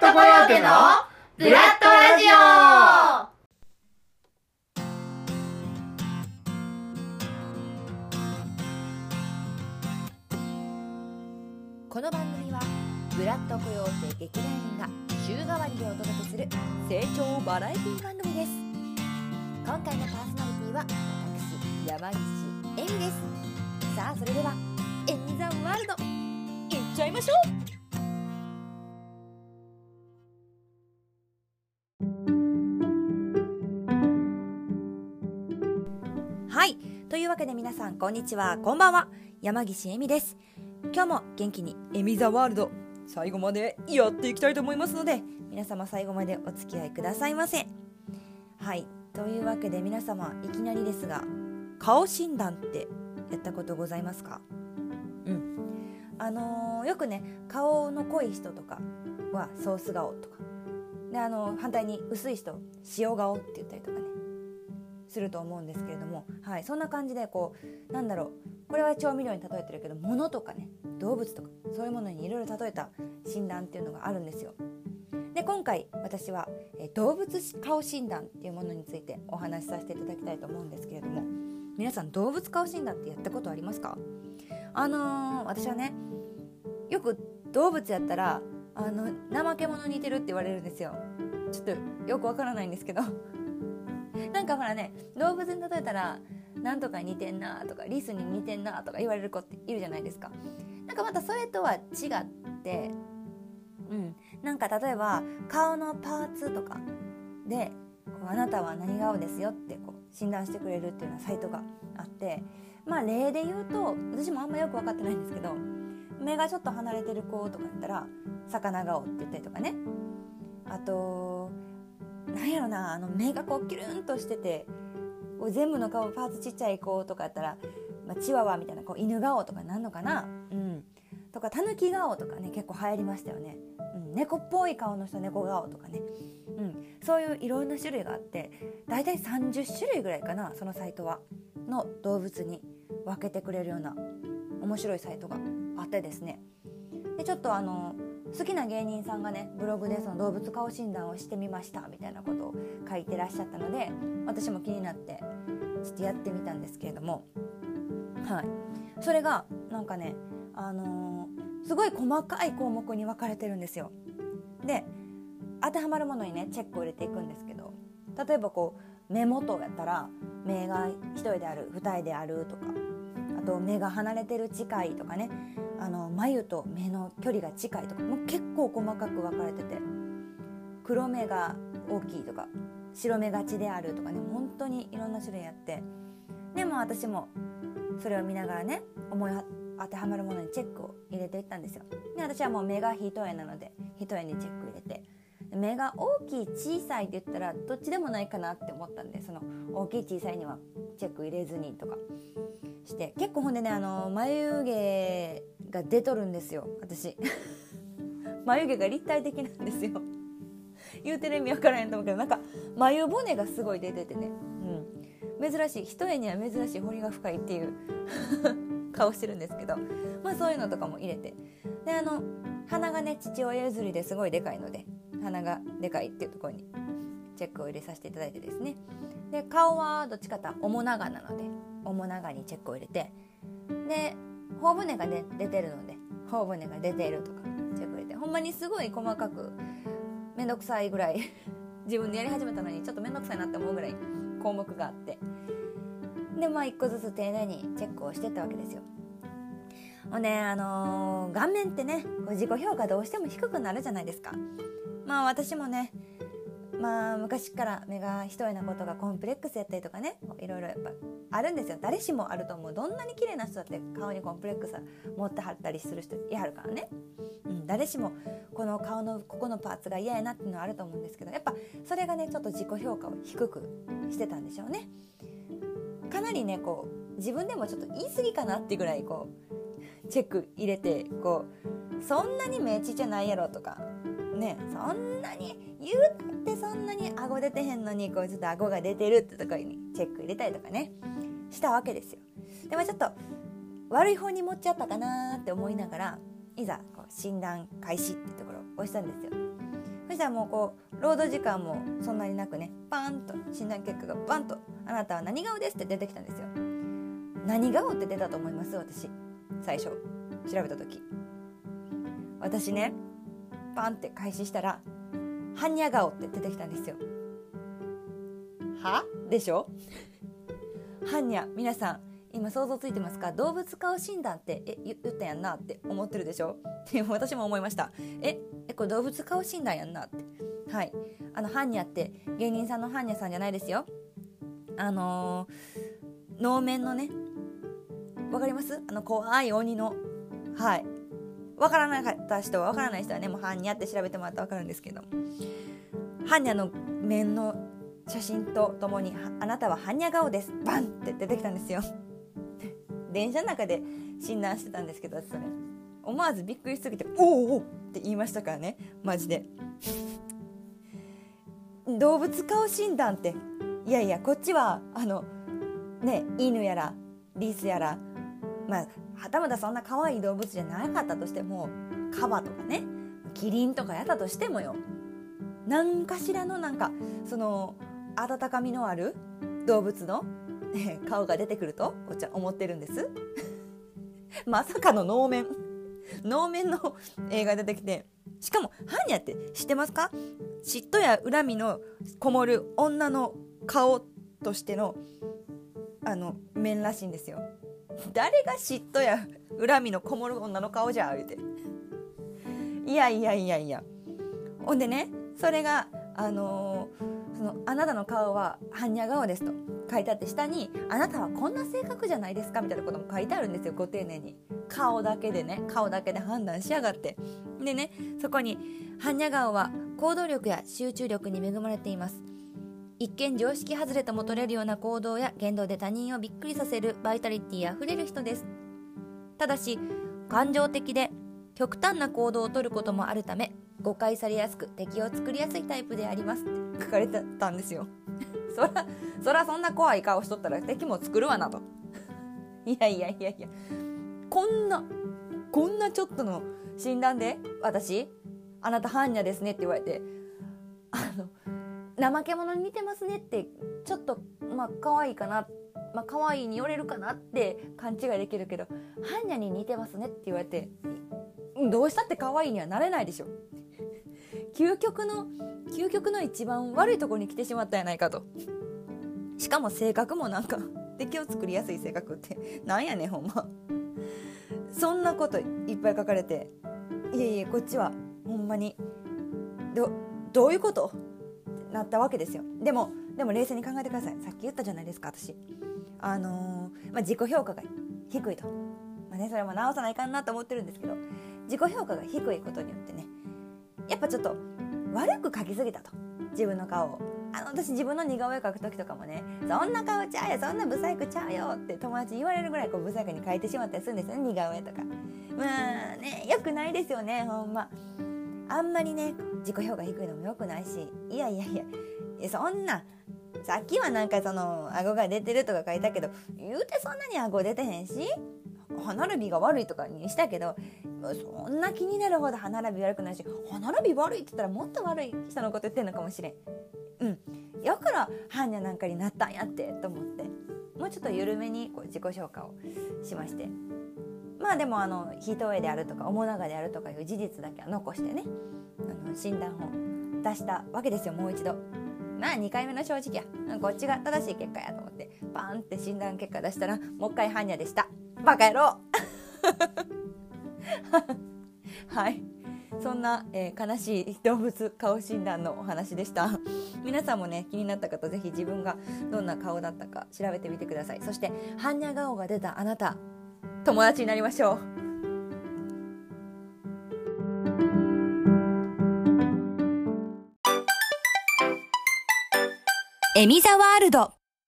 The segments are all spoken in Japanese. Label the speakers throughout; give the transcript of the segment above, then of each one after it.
Speaker 1: トコヨーテのブラッドラジオ。
Speaker 2: この番組はブラッドコヨーテ劇団員が週替わりでお届けする成長バラエティ番組です。今回のパーソナリティは私山岸恵美です。さあそれではエミザワールドいっちゃいましょう。はい、というわけで皆さんこんにちは、こんばんは。山岸恵美です。今日も元気にエミザワールド最後までやっていきたいと思いますので、皆様最後までお付き合いくださいませ。はい、というわけで皆様いきなりですが、顔診断ってやったことございますか？よくね、顔の濃い人とかはソース顔とかで、反対に薄い人塩顔って言ったりとかねすると思うんですけれども、はい、そんな感じでこれは調味料に例えてるけど、物とかね、動物とかそういうものにいろいろ例えた診断っていうのがあるんですよ。で、今回私は動物顔診断っていうものについてお話しさせていただきたいと思うんですけれども、皆さん動物顔診断ってやったことありますか？私はね、よく動物やったら怠け者に似てるって言われるんですよ。ちょっとよくわからないんですけどなんかほらね、動物に例えたらなんとか似てんなとか、リスに似てんなとか言われる子っているじゃないですか。なんかまたそれとは違って、なんか例えば顔のパーツとかであなたは何顔ですよって診断してくれるっていうようなサイトがあって、例で言うと、私もあんまよく分かってないんですけど、目がちょっと離れてる子とかやったら魚顔って言ったりとかね、あとなんやろな、目がキュルンとしてて全部の顔パーツちっちゃい子とかやったら、チワワみたいな犬顔とかなんのかな、とかタヌキ顔とかね、結構流行りましたよね。猫っぽい顔の人猫顔とかね、そういういろんな種類があって、だいたい30種類ぐらいかな、そのサイトはの動物に分けてくれるような面白いサイトがあってですね。で、ちょっと好きな芸人さんがね、ブログでその動物顔診断をしてみましたみたいなことを書いてらっしゃったので、私も気になってちょっとやってみたんですけれども、はい、それがなんかね、すごい細かい項目に分かれてるんですよ。で、当てはまるものにねチェックを入れていくんですけど、例えば目元やったら目が一重である二重であるとか、あと目が離れてる近いとかね、眉と目の距離が近いとか、もう結構細かく分かれてて、黒目が大きいとか白目がちであるとかね、本当にいろんな種類あって、でも私もそれを見ながらね、当てはまるものにチェックを入れていったんですよ。で、私はもう目が一重なので一重にチェック入れて、目が大きい小さいって言ったらどっちでもないかなって思ったんで、その大きい小さいにはチェック入れずにとかして、結構ほんでね、眉毛が出とるんですよ、私眉毛が立体的なんですよ言うてる意味わからへんと思うけど、なんか眉骨がすごい出ててね、珍しい、一重には珍しい彫りが深いっていう顔してるんですけど、そういうのとかも入れて、で鼻がね父親譲りですごいでかいので、鼻がでかいっていうところにチェックを入れさせていただいてですね、で顔はどっちかというと面長なので面長にチェックを入れて、で頬骨が、出てるので頬骨が出ているとかチェックを入れて、ほんまにすごい細かくめんどくさいぐらい自分でやり始めたのにちょっとめんどくさいなって思うぐらい項目があって、で一個ずつ丁寧にチェックをしていったわけですよ。もうね、顔面ってね、自己評価どうしても低くなるじゃないですか。私もね、昔から目が一重なことがコンプレックスやったりとかね、いろいろやっぱあるんですよ。誰しもあると思う。どんなに綺麗な人だって顔にコンプレックス持ってはったりする人いはるからね、誰しもこの顔のここのパーツが嫌やなっていうのはあると思うんですけど、やっぱそれがねちょっと自己評価を低くしてたんでしょうね。かなりね自分でもちょっと言い過ぎかなっていうぐらいチェック入れて、そんなに目ちっちゃないやろとかね、そんなに言うってそんなに顎出てへんのにちょっと顎が出てるってところにチェック入れたりとかねしたわけですよ。でもちょっと悪い方に持っちゃったかなって思いながら、いざ診断開始ってところを押したんですよ。 そしたらもうこう労働時間もそんなになくね、パーンと診断結果がバンと、あなたは何顔ですって出てきたんですよ。何顔って出たと思います？私最初調べた時、私ねパンって開始したら般若顔って出てきたんですよ。はでしょ般若、皆さん今想像ついてますか？動物顔診断って言ったやんなって思ってるでしょって私も思いました。これ動物顔診断やんなって。はい、般若って芸人さんの般若さんじゃないですよ。能面のね、わかります？怖い鬼の、はい、わからなかった人は、わからない人はね、もう般若って調べてもらったらわかるんですけど、般若の面の写真とともに、あなたは般若顔です、バンって出てきたんですよ電車の中で診断してたんですけど、それ思わずびっくりしすぎておおって言いましたからね、マジで動物顔診断って、いやいや、こっちは犬やらリスやら、はたまたそんな可愛い動物じゃなかったとしても、カバとかね、キリンとかやったとしてもよ、何かしらのその温かみのある動物の顔が出てくるとこっちは思ってるんですまさかの能面の映画出てきて、しかも般若って知ってますか？嫉妬や恨みのこもる女の顔としての面らしいんですよ。誰が嫉妬や恨みのこもる女の顔じゃ言うて、いやほんでね、それがそのあなたの顔は般若顔ですと書いてあって、下にあなたはこんな性格じゃないですかみたいなことも書いてあるんですよ。ご丁寧に顔だけで判断しやがって。でね、そこに般若顔は行動力や集中力に恵まれています。一見常識外れとも取れるような行動や言動で他人をびっくりさせるバイタリティあふれる人です。ただし感情的で極端な行動を取ることもあるため、誤解されやすく敵を作りやすいタイプでありますって書かれてたんですよそらそんな怖い顔しとったら敵も作るわなといやこんなちょっとの診断で私、あなた般若ですねって言われて、怠け者に似てますねって、ちょっと可愛いかな、可愛いによれるかなって勘違いできるけど、般若に似てますねって言われて、どうしたって可愛いにはなれないでしょ。究極の一番悪いところに来てしまったやないかと。しかも性格も敵を作りやすい性格ってなんやねんほんま。そんなこといっぱい書かれて、いやこっちはほんまにどういうことってなったわけですよ。でも冷静に考えてください。さっき言ったじゃないですか、私自己評価が低いと、それも直さないかんなと思ってるんですけど、自己評価が低いことによってね、やっぱちょっと悪く描きすぎたと、自分の顔を。私自分の似顔絵描く時とかもね、そんな顔ちゃうよ、そんなブサイクちゃうよって友達に言われるぐらいブサイクに描いてしまったりするんですよね、似顔絵とか。よくないですよね、ほんま。あんまりね自己評価低いのもよくないし、いやそんな、さっきはその顎が出てるとか書いたけど、言うてそんなに顎出てへんし、歯並びが悪いとかにしたけど、そんな気になるほど歯並び悪くないし、歯並び悪いって言ったらもっと悪い人のこと言ってんのかもしれん。だから般若なんかになったんやってと思って、もうちょっと緩めに自己評価をしまして、でも一重であるとか面長であるとかいう事実だけは残してね、診断を出したわけですよ。もう一度2回目の正直や、こっちが正しい結果やと思ってバーンって診断結果出したら、もう一回般若でした。バカ野郎はい、そんな、悲しい動物顔診断のお話でした。皆さんもね、気になった方、ぜひ自分がどんな顔だったか調べてみてください。そして般若顔が出たあなた、友達になりましょう。エミザワールド。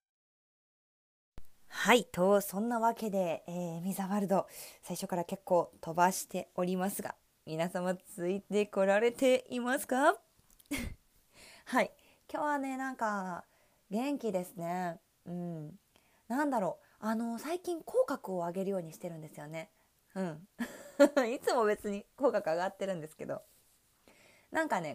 Speaker 2: はいと、そんなわけで、エミザワールド最初から結構飛ばしておりますが、皆様ついてこられていますかはい、今日はね元気ですね。最近口角を上げるようにしてるんですよね。いつも別に口角上がってるんですけど、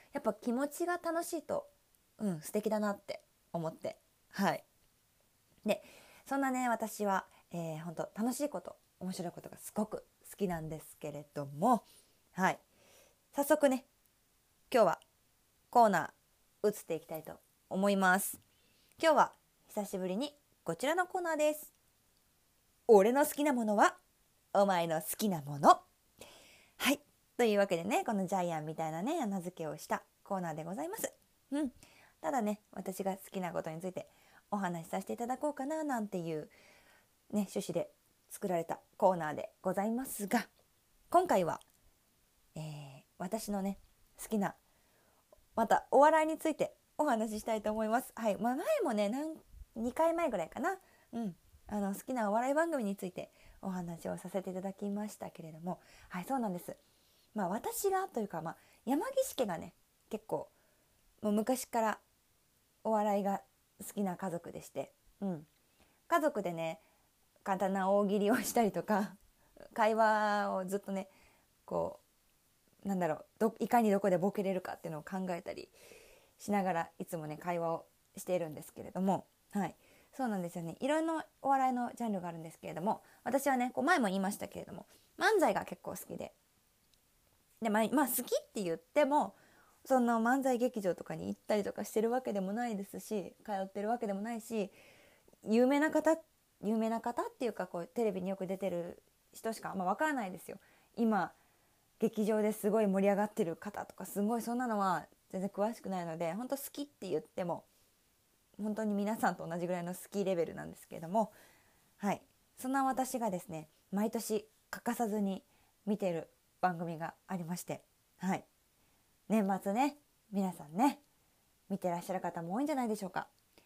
Speaker 2: やっぱ気持ちが楽しいと、素敵だなって思って、はい。でそんなね私は、本当楽しいこと面白いことがすごく好きなんですけれども、はい、早速ね今日はコーナー移っていきたいと思います。今日は久しぶりにこちらのコーナーです。俺の好きなものはお前の好きなもの。はい、というわけでね、このジャイアンみたいなね名付けをしたコーナーでございます。ただね、私が好きなことについてお話しさせていただこうかななんていうね趣旨で作られたコーナーでございますが、今回は、私のね好きなまたお笑いについてお話ししたいと思います。はい、前もね2回前ぐらいかな、好きなお笑い番組についてお話をさせていただきましたけれども、はい、そうなんです。私がというか、山岸家がね結構もう昔からお笑いが好きな家族でして、家族でね簡単な大喜利をしたりとか会話をずっとねこういかにどこでボケれるかっていうのを考えたりしながらいつもね会話をしているんですけれども、はい、そうなんですよね。いろいろなお笑いのジャンルがあるんですけれども、私はね前も言いましたけれども漫才が結構好きで、好きって言ってもその漫才劇場とかに行ったりとかしてるわけでもないですし、通ってるわけでもないし、有名な方っていうかこうテレビによく出てる人しかわからないですよ。今劇場ですごい盛り上がってる方とかすごいそんなのは全然詳しくないので、本当好きって言っても本当に皆さんと同じぐらいの好きレベルなんですけれども、はい、そんな私がですね毎年欠かさずに見ている番組がありまして、はい、年末ね皆さんね見てらっしゃる方も多いんじゃないでしょうか。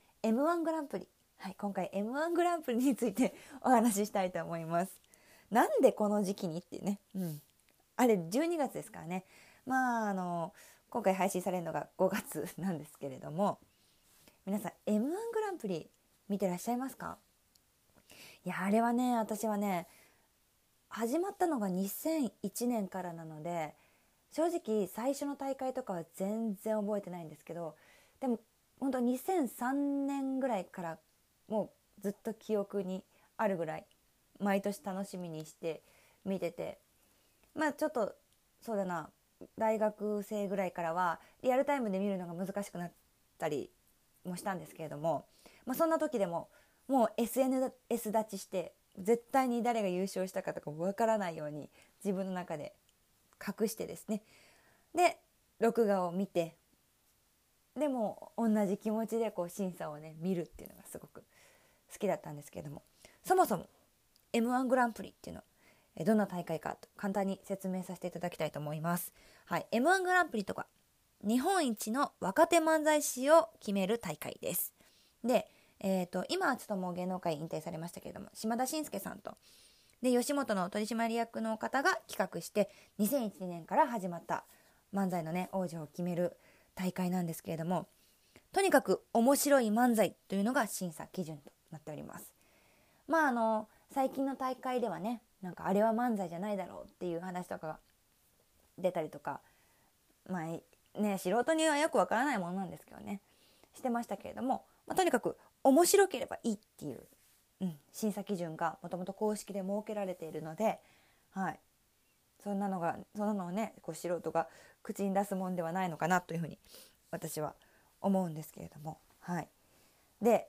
Speaker 2: M1 グランプリ、はい、今回 M1 グランプリについてお話ししたいと思います。なんでこの時期にっていうね、あれ12月ですからね。今回配信されるのが5月なんですけれども、皆さん M1 グランプリ見てらっしゃいますか？いやあれはね、私はね始まったのが2001年からなので正直最初の大会とかは全然覚えてないんですけど、でも本当2003年ぐらいからもうずっと記憶にあるぐらい毎年楽しみにして見てて、ちょっとそうだな、大学生ぐらいからはリアルタイムで見るのが難しくなったりもしたんですけれども、そんな時でももう SNS 立ちして絶対に誰が優勝したかとかわからないように自分の中で隠してですね、で録画を見て、でも同じ気持ちでこう審査をね見るっていうのがすごく好きだったんですけれども、そもそも M1 グランプリっていうのはどんな大会かと簡単に説明させていただきたいと思います。はい、M1 グランプリとか日本一の若手漫才師を決める大会です。で、今はちょっともう芸能界引退されましたけれども、島田紳介さんとで吉本の取締役の方が企画して2001年から始まった漫才のね王者を決める大会なんですけれども、とにかく面白い漫才というのが審査基準となっております。最近の大会ではね、あれは漫才じゃないだろうっていう話とかが出たりとか、素人にはよくわからないものなんですけどねしてましたけれども、とにかく面白ければいいっていう、審査基準がもともと公式で設けられているので、はい、そんなのをねこう素人が口に出すもんではないのかなというふうに私は思うんですけれども、はい、で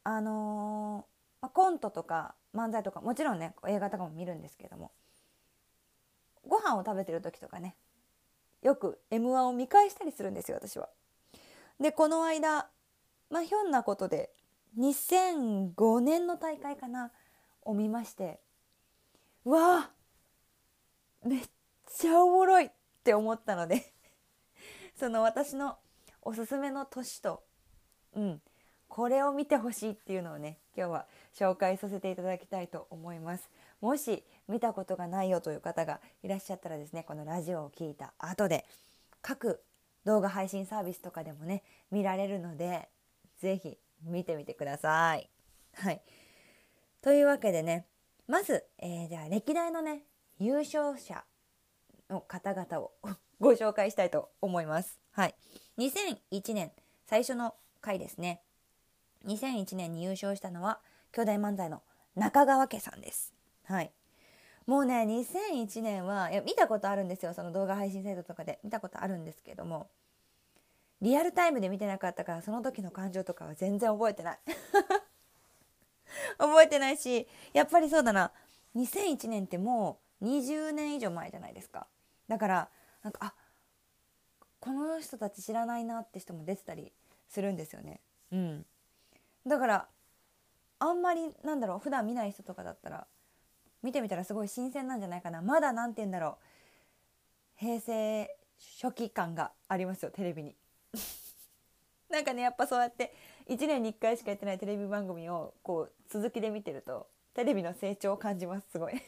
Speaker 2: コントとか漫才とかもちろんね映画とかも見るんですけれども、ご飯を食べてる時とかねよく M1 を見返したりするんですよ私は。でこの間ひょんなことで2005年の大会かなを見まして、うわーめっちゃおもろいって思ったのでその私のおすすめの年と、これを見てほしいっていうのをね今日は紹介させていただきたいと思います。もし見たことがないよという方がいらっしゃったらですね、このラジオを聞いた後で各動画配信サービスとかでもね見られるのでぜひ見てみてください。はい、というわけでね、まず、じゃあ歴代のね優勝者の方々をご紹介したいと思います。はい、2001年最初の回ですね。2001年に優勝したのは兄弟漫才の中川家さんです。はい、もうね2001年はいや見たことあるんですよ。その動画配信サイトとかで見たことあるんですけども、リアルタイムで見てなかったからその時の感情とかは全然覚えてない覚えてないし、やっぱりそうだな、2001年ってもう20年以上前じゃないですか。だからなんかこの人たち知らないなって人も出てたりするんですよね。だからあんまり普段見ない人とかだったら見てみたらすごい新鮮なんじゃないかな。まだ平成初期感がありますよ、テレビになんかね、やっぱそうやって1年に1回しかやってないテレビ番組をこう続きで見てるとテレビの成長を感じます。すごい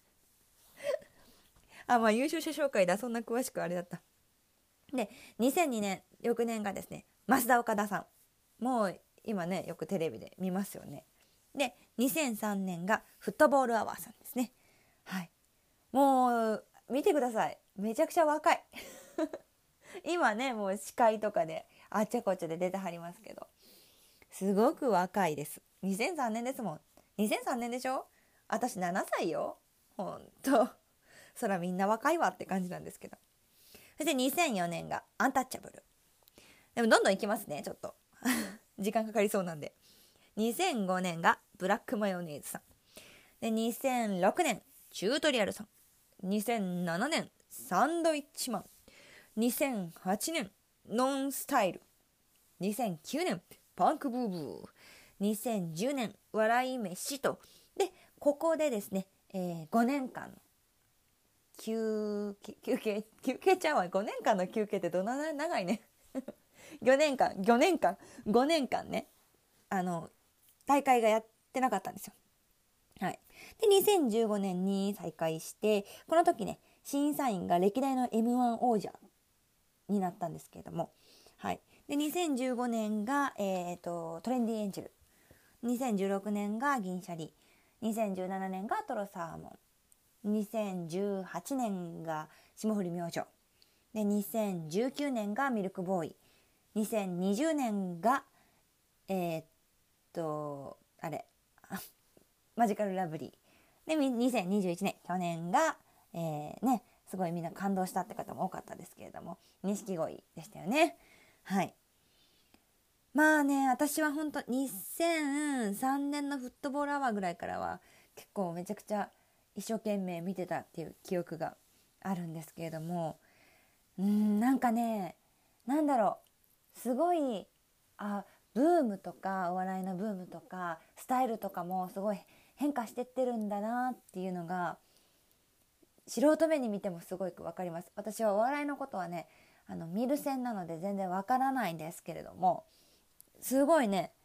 Speaker 2: 優勝者紹介だ。そんな詳しくあれだった。で2002年翌年がですね増田岡田さん、もう今ねよくテレビで見ますよね。で2003年がフットボールアワーさんですね。はい、もう見てください、めちゃくちゃ若い今ねもう司会とかであっちゃこっちゃで出てはりますけど、すごく若いです。2003年ですもん。2003年でしょ。私7歳よ。ほんとそらみんな若いわって感じなんですけど。そして2004年がアンタッチャブル。でもどんどんいきますね、ちょっと時間かかりそうなんで。2005年がブラックマヨネーズさんで、2006年チュートリアルさん、2007年サンドイッチマン、2008年ノンスタイル、2009年パンクブーブー、2010年笑い飯と。でここでですね、5年間の休憩ちゃうわ。5年間の休憩ってどんな長いね5年間ね大会がやってなかったんですよ。はい、で2015年に再開して、この時ね審査員が歴代の M1 王者になったんですけれども、はい、で2015年が、トレンディエンジェル、2016年が銀シャリ、2017年がトロサーモン、2018年が霜降り明星で、2019年がミルクボーイ、2020年がマジカルラブリーで、2021年去年が、すごいみんな感動したって方も多かったですけれども、錦鯉でしたよね。はい、私は本当2003年のフットボールアワーぐらいからは結構めちゃくちゃ一生懸命見てたっていう記憶があるんですけれども、すごいブームとかお笑いのブームとかスタイルとかもすごい変化してってるんだなっていうのが素人目に見てもすごい分かります。私はお笑いのことはね見る線なので全然分からないんですけれども、すごいね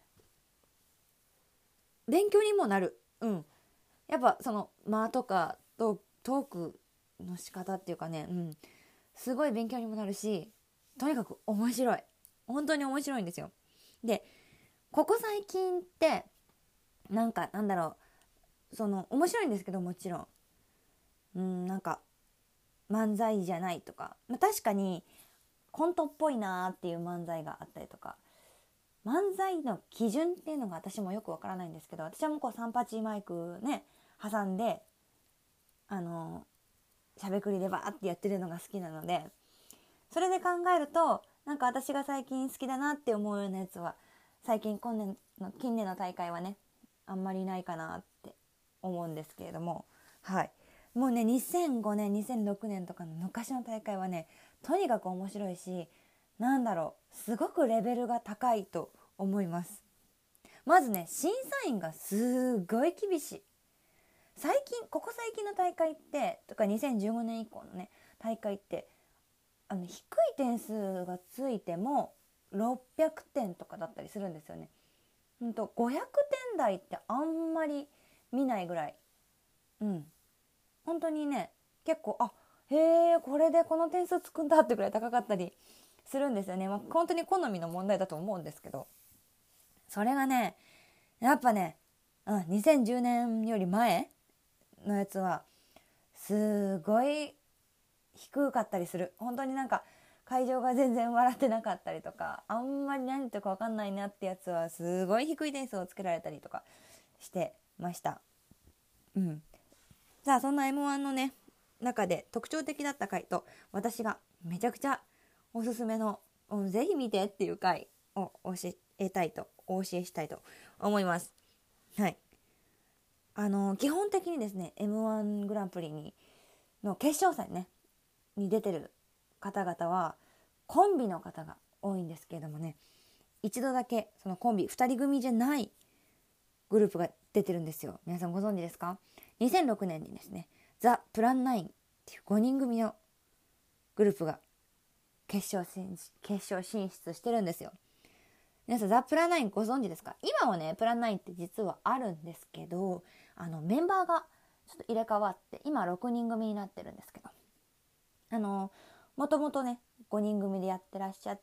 Speaker 2: 勉強にもなる。やっぱその間とかトークの仕方っていうかね、すごい勉強にもなるし、とにかく面白い。本当に面白いんですよ。でここ最近ってその面白いんですけど、もちろん漫才じゃないとか、確かにコントっぽいなっていう漫才があったりとか、漫才の基準っていうのが私もよくわからないんですけど、私はもう38マイクね挟んでしゃべくりでバーってやってるのが好きなので、それで考えると私が最近好きだなって思うようなやつは近年の大会はねあんまりないかなって思うんですけれども、はい、もうね2005年2006年とかの昔の大会はねとにかく面白いし、すごくレベルが高いと思います。まずね審査員がすごい厳しい。ここ最近の大会ってとか2015年以降のね大会って低い点数がついても600点とかだったりするんですよね。500点台ってあんまり見ないぐらい、本当にね結構へえこれでこの点数つくんだってぐらい高かったりするんですよね。本当に好みの問題だと思うんですけど、それがねやっぱね、2010年より前のやつはすごい低かったりする。本当になんか会場が全然笑ってなかったりとか、あんまり何言ってるか分かんないなってやつはすごい低い点数をつけられたりとかしてました。さあそんな M1 のね中で特徴的だった回と、私がめちゃくちゃおすすめの、ぜひ見てっていう回をお教えしたいと思います。はい。基本的にですね M1 グランプリの決勝戦ねに出てる方々はコンビの方が多いんですけれどもね、一度だけそのコンビ2人組じゃないグループが出てるんですよ。皆さんご存知ですか？2006年にですねザ・プラン9っていう5人組のグループが決勝進出してるんですよ。皆さんザ・プラン9ご存知ですか？今はねプラン9って実はあるんですけど、メンバーがちょっと入れ替わって今6人組になってるんですけど、もともとね5人組でやってらっしゃって、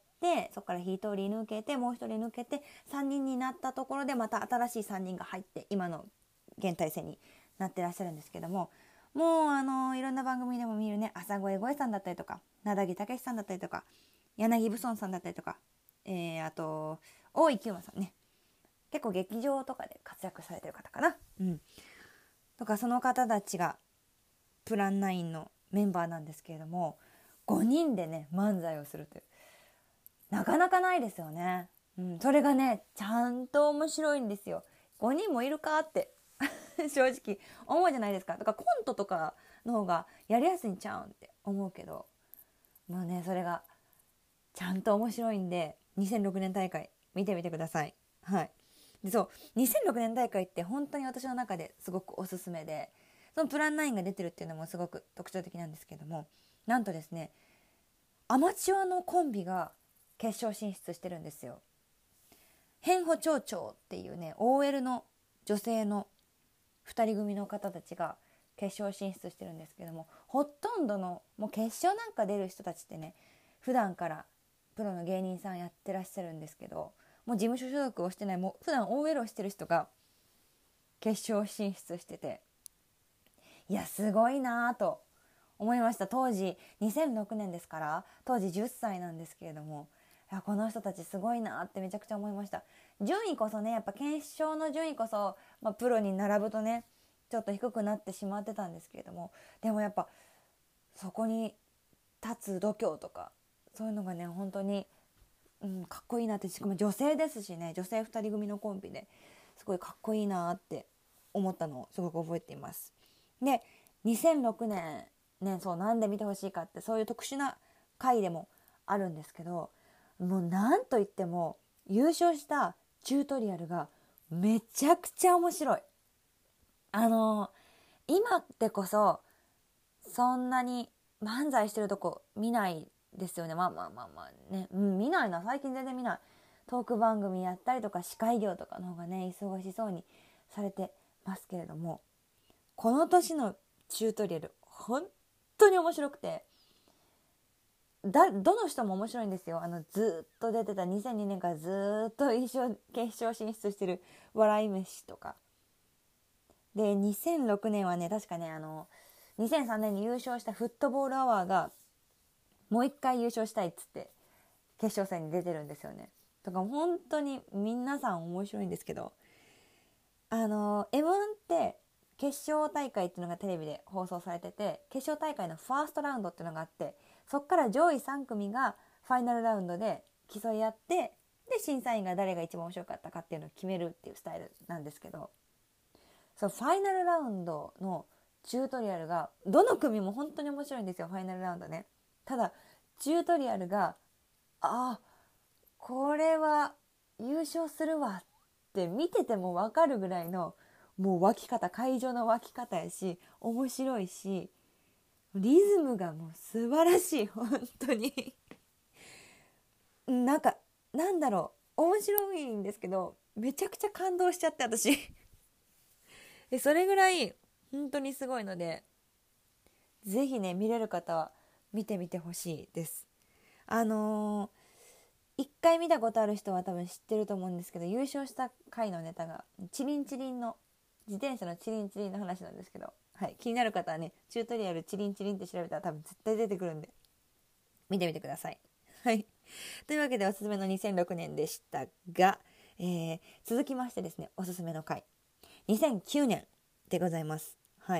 Speaker 2: そこから1人抜けてもう1人抜けて3人になったところでまた新しい3人が入って今の現体制になってらっしゃるんですけども、もういろんな番組でも見るね朝越ゴエさんだったりとか名田木武さんだったりとか柳ブソンさんだったりとか、あと大井久馬さんね、結構劇場とかで活躍されてる方かな、とかその方たちがプラン9のメンバーなんですけれども、5人でね漫才をするというなかなかないですよね。それがねちゃんと面白いんですよ。5人もいるかって正直思うじゃないですか。だからコントとかの方がやりやすいんちゃうんって思うけど、もうねそれがちゃんと面白いんで2006年大会見てみてください。はい。でそう2006年大会って本当に私の中ですごくおすすめで、そのプラン9が出てるっていうのもすごく特徴的なんですけども、なんとですねアマチュアのコンビが決勝進出してるんですよ。変歩町長っていうね OL の女性の2人組の方たちが決勝進出してるんですけども、ほとんどのもう決勝なんか出る人たちってね普段からプロの芸人さんやってらっしゃるんですけど、もう事務所所属をしてない、もう普段 OL をしてる人が決勝進出してて、いやすごいなと思いました。当時2006年ですから、当時10歳なんですけれども、いやこの人たちすごいなってめちゃくちゃ思いました。順位こそねやっぱ決勝の順位こそ、プロに並ぶとねちょっと低くなってしまってたんですけれども、でもやっぱそこに立つ度胸とかそういうのがね本当に、かっこいいなって、しかも女性ですしね、女性2人組のコンビですごいかっこいいなって思ったのをすごく覚えています。で2006年ね、そうなんで見てほしいかって、そういう特殊な回でもあるんですけど、もうなんといっても優勝したチュートリアルがめちゃくちゃ面白い。今ってこそそんなに漫才してるとこ見ないですよね。ね、見ないな、最近全然見ない。トーク番組やったりとか司会業とかの方がね忙しそうにされてますけれども、この年のチュートリアル本当に面白くて、どの人も面白いんですよ。ずっと出てた2002年からずっと決勝進出してる笑い飯とかで、2006年はね確かね2003年に優勝したフットボールアワーがもう一回優勝したいっつって決勝戦に出てるんですよね。だから本当に皆さん面白いんですけど、M1 って決勝大会っていうのがテレビで放送されてて、決勝大会のファーストラウンドっていうのがあって、そこから上位3組がファイナルラウンドで競い合って、で審査員が誰が一番面白かったかっていうのを決めるっていうスタイルなんですけど、そのファイナルラウンドのチュートリアルがどの組も本当に面白いんですよ。ファイナルラウンドね。ただチュートリアルがこれは優勝するわって見てても分かるぐらいのもう沸き方、会場の沸き方やし、面白いし、リズムがもう素晴らしい。本当になんだろう、面白いんですけどめちゃくちゃ感動しちゃって私それぐらい本当にすごいので、ぜひね見れる方は見てみてほしいです。一回見たことある人は多分知ってると思うんですけど、優勝した回のネタがチリンチリンの自転車のチリンチリンの話なんですけど、 はい、気になる方はねチュートリアルチリンチリンって調べたら多分絶対出てくるんで見てみてください。はい、というわけでおすすめの2006年でしたが、続きましてですね、おすすめの回2009年でございます。はい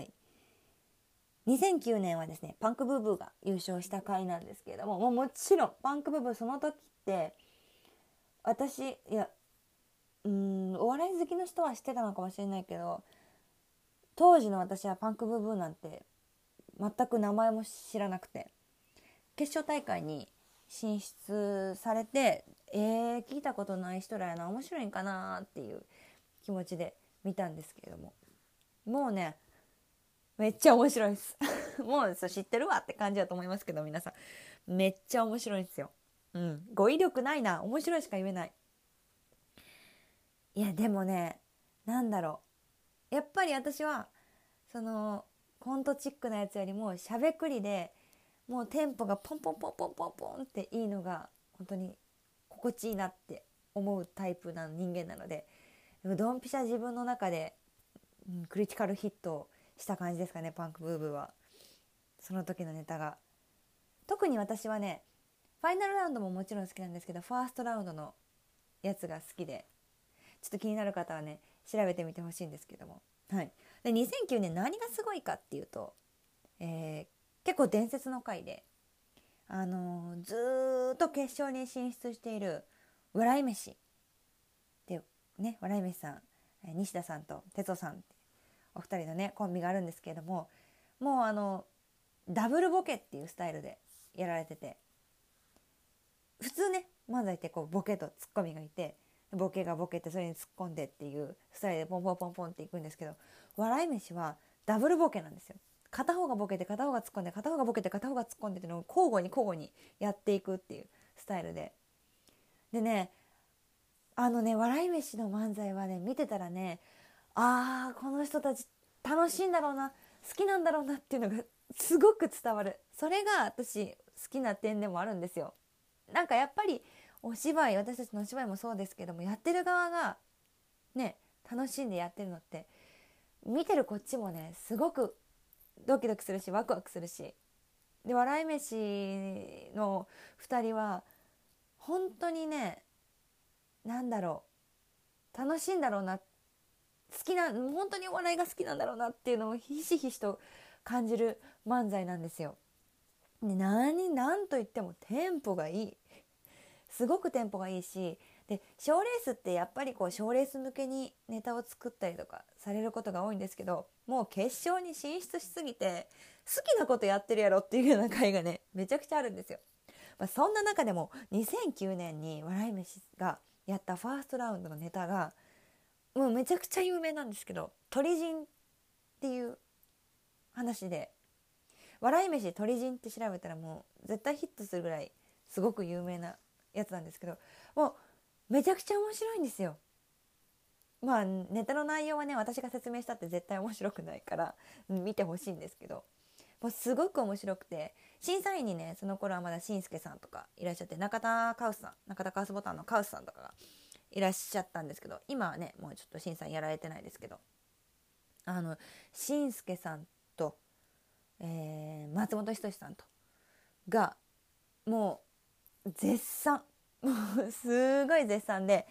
Speaker 2: 、2009年はですねパンクブーブーが優勝した回なんですけれども、もちろんパンクブーブーその時って私お笑い好きの人は知ってたのかもしれないけど、当時の私はパンクブーブーなんて全く名前も知らなくて、決勝大会に進出されて聞いたことない人らやな、面白いんかなっていう気持ちで見たんですけれども、もうねめっちゃ面白いですもう知ってるわって感じだと思いますけど、皆さんめっちゃ面白いんですよ。語彙力ないな、面白いしか言えない。いやでもね、なんだろう、やっぱり私はそのコントチックなやつよりもしゃべくりでもうテンポがポンポンポンポンポンポンっていいのが本当に心地いいなって思うタイプな人間なので、ドンピシャ自分の中で、クリティカルヒットした感じですかね、パンクブーブーは。その時のネタが特に私はね、ファイナルラウンドももちろん好きなんですけど、ファーストラウンドのやつが好きで、ちょっと気になる方はね調べてみてほしいんですけども、はい、で2009年何がすごいかっていうと、結構伝説の回で、ずっと決勝に進出している笑い飯でね、笑い飯さん、西田さんと哲夫さんってお二人のねコンビがあるんですけれども、もうダブルボケっていうスタイルでやられてて、普通ね漫才ってこうボケとツッコミがいて、ボケがボケてそれに突っ込んでっていうスタイルでポンポンポンポンっていくんですけど、笑い飯はダブルボケなんですよ。片方がボケて片方が突っ込んで、片方がボケて片方が突っ込んでっていうのを交互にやっていくっていうスタイルで、でね、笑い飯の漫才はね見てたらね、この人たち楽しいんだろうな、好きなんだろうなっていうのがすごく伝わる。それが私好きな点でもあるんですよ。なんかやっぱりお芝居、私たちのお芝居もそうですけども、やってる側がね楽しんでやってるのって見てるこっちもねすごくドキドキするしワクワクするし、で笑い飯の2人は本当にね、なんだろう、楽しいんだろうな、好きな、本当にお笑いが好きなんだろうなっていうのをひしひしと感じる漫才なんですよ。でなんといってもテンポがいい、すごくテンポがいいし、で賞レースってやっぱりこう賞レース向けにネタを作ったりとかされることが多いんですけど、もう決勝に進出しすぎて好きなことやってるやろっていうような回がねめちゃくちゃあるんですよ。そんな中でも2009年に笑い飯がやったファーストラウンドのネタがもうめちゃくちゃ有名なんですけど、鳥人っていう話で、笑い飯鳥人って調べたらもう絶対ヒットするぐらいすごく有名なやつなんですけど、もうめちゃくちゃ面白いんですよ。ネタの内容はね私が説明したって絶対面白くないから見てほしいんですけど、もうすごく面白くて、審査員にねその頃はまだしんすけさんとかいらっしゃって、中田カウスボタンのカウスさんとかがいらっしゃったんですけど、今はねもうちょっと審査員やられてないですけど、しんすけさんと、松本人志さんとがもう絶賛もうすごい絶賛で、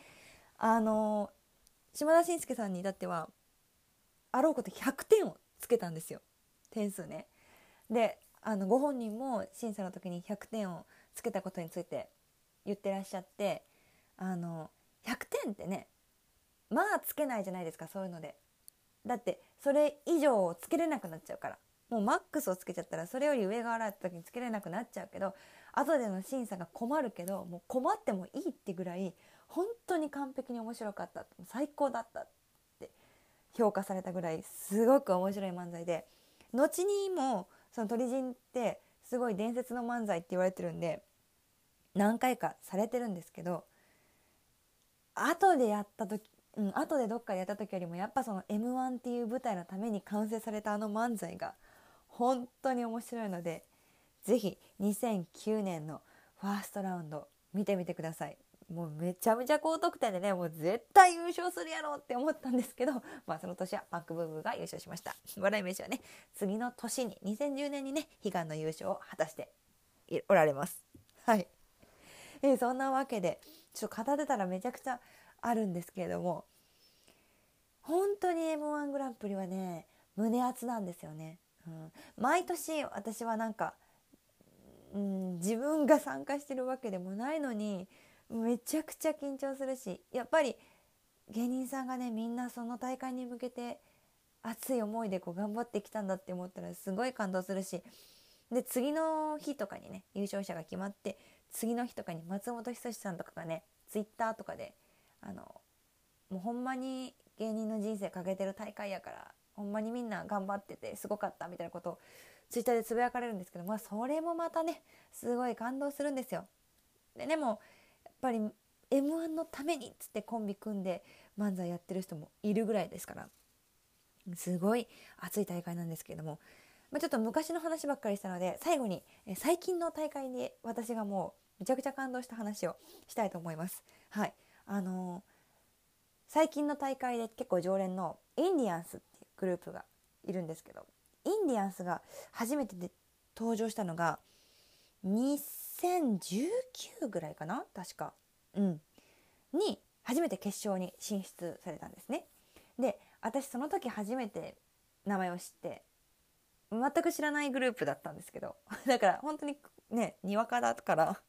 Speaker 2: 島田紳介さんに至ってはあろうこと100点をつけたんですよ、点数ね。でご本人も審査の時に100点をつけたことについて言ってらっしゃって、100点ってねつけないじゃないですか、そういうので。だってそれ以上をつけれなくなっちゃうから、もうマックスをつけちゃったらそれより上が洗った時につけれなくなっちゃうけど、後での審査が困るけどもう困ってもいいってぐらい本当に完璧に面白かった、最高だったって評価されたぐらいすごく面白い漫才で、後にもその鳥人ってすごい伝説の漫才って言われてるんで何回かされてるんですけど、後でどっかでやった時よりもやっぱその M1 っていう舞台のために完成された漫才が本当に面白いので、ぜひ2009年のファーストラウンド見てみてください。 もうめちゃめちゃ高得点でね、もう絶対優勝するやろって思ったんですけど、その年はマックブームが優勝しました。笑い飯はね、次の年に2010年にね、悲願の優勝を果たしておられます。はい。そんなわけでちょっと語ってたらめちゃくちゃあるんですけれども、本当に M1 グランプリはね、胸熱なんですよね。毎年私はなんか、自分が参加してるわけでもないのにめちゃくちゃ緊張するし、やっぱり芸人さんがね、みんなその大会に向けて熱い思いで頑張ってきたんだって思ったらすごい感動するし、で次の日とかにね、優勝者が決まって次の日とかに松本人志さんとかがね、ツイッターとかでもうほんまに芸人の人生かけてる大会やから、ほんまにみんな頑張っててすごかったみたいなことをツイッターでつぶやかれるんですけど、それもまたね、すごい感動するんですよ。でもやっぱり M1 のためにっつってコンビ組んで漫才やってる人もいるぐらいですから、すごい熱い大会なんですけれども、ちょっと昔の話ばっかりしたので、最後に最近の大会に私がもうめちゃくちゃ感動した話をしたいと思います。はい。最近の大会で結構常連のインディアンスっていうグループがいるんですけど、インディアンスが初めてで登場したのが2019ぐらいかな、確か、に初めて決勝に進出されたんですね。で、私その時初めて名前を知って、全く知らないグループだったんですけど、だから本当にね、にわかだから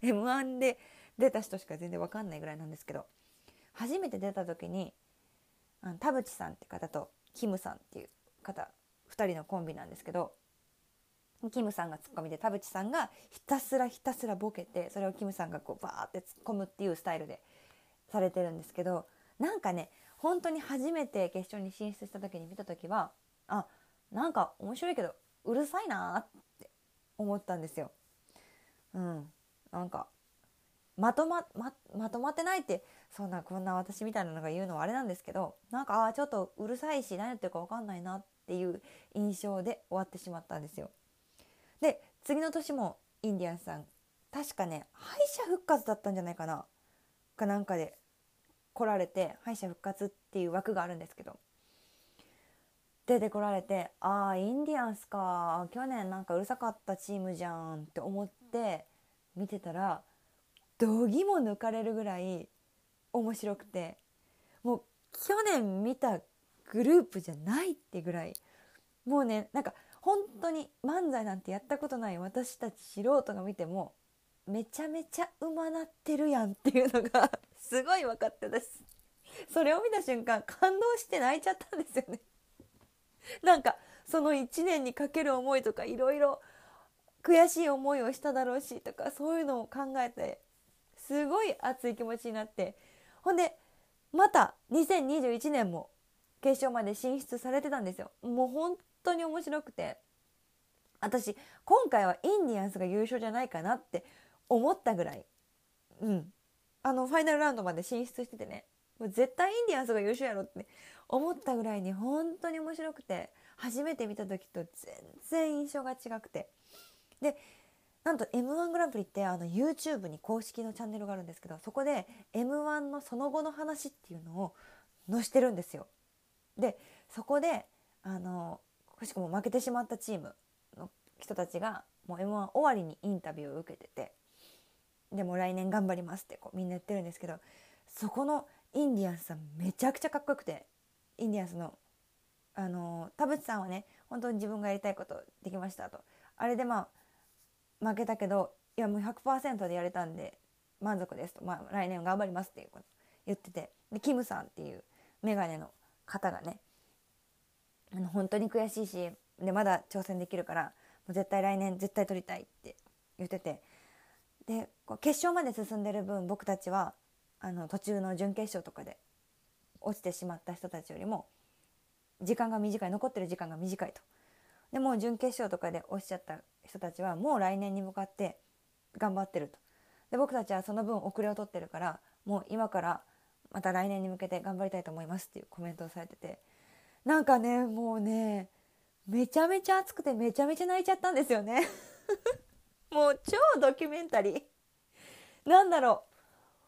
Speaker 2: M1 で出た人しか全然わかんないぐらいなんですけど、初めて出た時に田淵さんって方とキムさんっていう方、2人のコンビなんですけど、キムさんがツッコミで田淵さんがひたすらボケて、それをキムさんがバーって突っ込むっていうスタイルでされてるんですけど、なんかね、本当に初めて決勝に進出した時に見た時は、なんか面白いけどうるさいなって思ったんですよ。なんかまとまってないって、こんな私みたいなのが言うのはあれなんですけど、なんかちょっとうるさいし何言ってるか分かんないなっていう印象で終わってしまったんですよ。で、次の年もインディアンスさん、確かね敗者復活だったんじゃないかな、なんかで来られて、敗者復活っていう枠があるんですけど、出てこられて、インディアンスか、去年なんかうるさかったチームじゃんって思って見てたら、度肝抜かれるぐらい面白くて、もう去年見たグループじゃないってぐらい、もうね、なんか本当に漫才なんてやったことない私たち素人が見てもめちゃめちゃうまなってるやんっていうのがすごい分かってです。それを見た瞬間感動して泣いちゃったんですよね。なんかその1年にかける思いとか、いろいろ悔しい思いをしただろうしとか、そういうのを考えてすごい熱い気持ちになって、ほんでまた2021年も決勝まで進出されてたんですよ。もう本当に面白くて、私今回はインディアンスが優勝じゃないかなって思ったぐらい、ファイナルラウンドまで進出しててね、もう絶対インディアンスが優勝やろって思ったぐらいに本当に面白くて、初めて見た時と全然印象が違くて、でなんと M1 グランプリってYouTube に公式のチャンネルがあるんですけど、そこで M1 のその後の話っていうのを載してるんですよ。でそこでくしくも負けてしまったチームの人たちがもう M1 終わりにインタビューを受けてて、でも来年頑張りますってみんな言ってるんですけど、そこのインディアンスさんめちゃくちゃかっこよくて、インディアンスの田淵さんはね、本当に自分がやりたいことできましたと、あれで負けたけど、いやもう 100% でやれたんで満足ですと、来年頑張りますっていうこと言ってて、でキムさんっていうメガネの方がね、本当に悔しいし、でまだ挑戦できるからもう絶対来年絶対取りたいって言ってて、で決勝まで進んでる分、僕たちは途中の準決勝とかで落ちてしまった人たちよりも時間が短い、残ってる時間が短いと。でもう準決勝とかで落ちちゃった人たちはもう来年に向かって頑張ってると。で僕たちはその分遅れを取ってるから、もう今からまた来年に向けて頑張りたいと思いますっていうコメントをされてて、なんかね、もうね、めちゃめちゃ熱くてめちゃめちゃ泣いちゃったんですよねもう超ドキュメンタリーなんだろ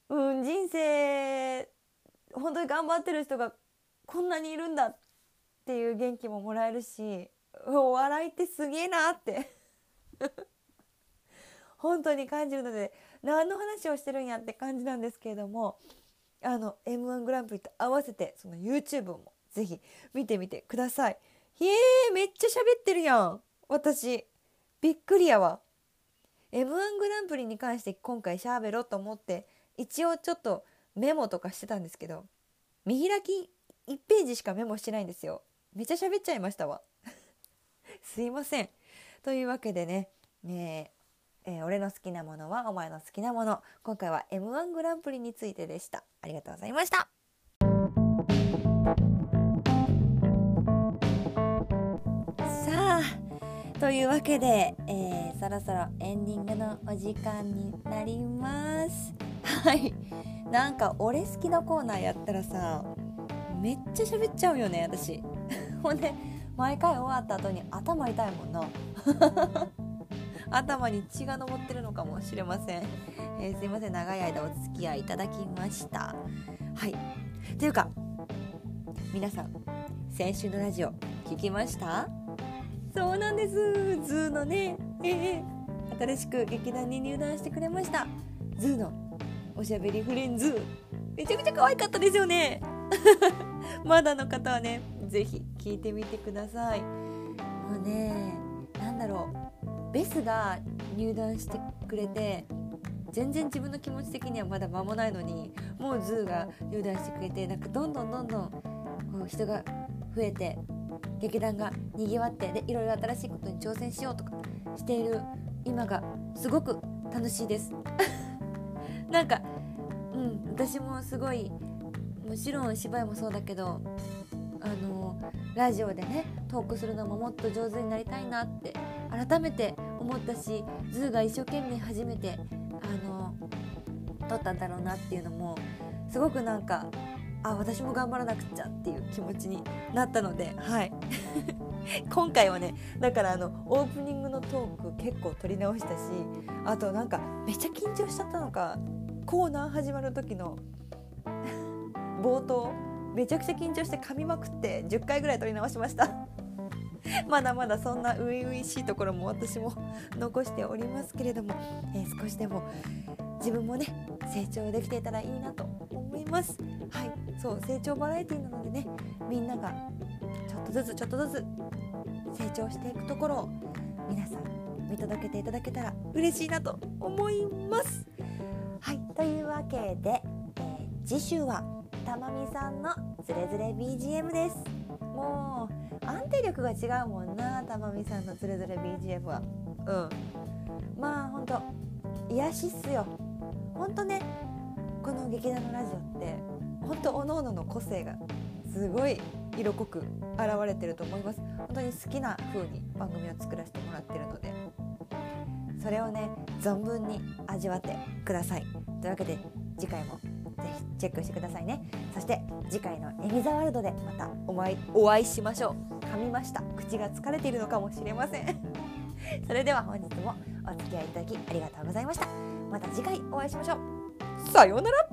Speaker 2: 人生本当に頑張ってる人がこんなにいるんだっていう元気ももらえるし、お笑いってすげえなって本当に感じるので、何の話をしてるんやって感じなんですけれども、M1 グランプリと合わせてその YouTube もぜひ見てみてください。めっちゃ喋ってるやん私、びっくりやわ。 M1 グランプリに関して今回喋ろうと思って一応ちょっとメモとかしてたんですけど、見開き1ページしかメモしてないんですよ。めっちゃ喋っちゃいましたわすいません。というわけでね、俺の好きなものはお前の好きなもの、今回は M1 グランプリについてでした。ありがとうございました。さあというわけで、そろそろエンディングのお時間になります。はい、なんか俺好きなコーナーやったらさ、めっちゃ喋っちゃうよね私ほんで毎回終わった後に頭痛いもんな頭に血が上ってるのかもしれません。すいません、長い間お付き合いいただきました。はい、というか皆さん先週のラジオ聞きました？そうなんです、ズーのね、新しく劇団に入団してくれましたズーのおしゃべりフレンズ、めちゃくちゃ可愛かったですよねまだの方はねぜひ聞いてみてください。もうね、なんだろう、ベスが入団してくれて全然自分の気持ち的にはまだ間もないのに、もうズーが入団してくれて、なんかどんどんこう人が増えて劇団がにぎわって、でいろいろ新しいことに挑戦しようとかしている今がすごく楽しいですなんか、私もすごい、もちろん芝居もそうだけど、ラジオでねトークするのももっと上手になりたいなって改めて思ったし、ズーが一生懸命初めて撮ったんだろうなっていうのもすごくなんか、私も頑張らなくちゃっていう気持ちになったので、はい今回はね、だからオープニングのトーク結構撮り直したし、あとなんかめっちゃ緊張しちゃったのか、コーナー始まる時の冒頭めちゃくちゃ緊張して噛みまくって10回ぐらい撮り直しましたまだまだそんな初々しいところも私も残しておりますけれども、少しでも自分もね成長できていたらいいなと思います。はい、そう成長バラエティなのでね、みんながちょっとずつ成長していくところを皆さん見届けていただけたら嬉しいなと思います。はい、というわけで、次週はたまみさんのズレズレ BGM です。もう安定力が違うもんな、たまみさんのズレズレ BGM は。まあほんと癒しっすよ。ほんとね、この劇団のラジオってほんとおのおのの個性がすごい色濃く現れてると思います。本当に好きな風に番組を作らせてもらってるので、それをね存分に味わってください。というわけで次回もぜひチェックしてくださいね。そして次回のエミザワールドでまたお会いしましょう。噛みました。口が疲れているのかもしれませんそれでは本日もお付き合いいただきありがとうございました。また次回お会いしましょう。さようなら。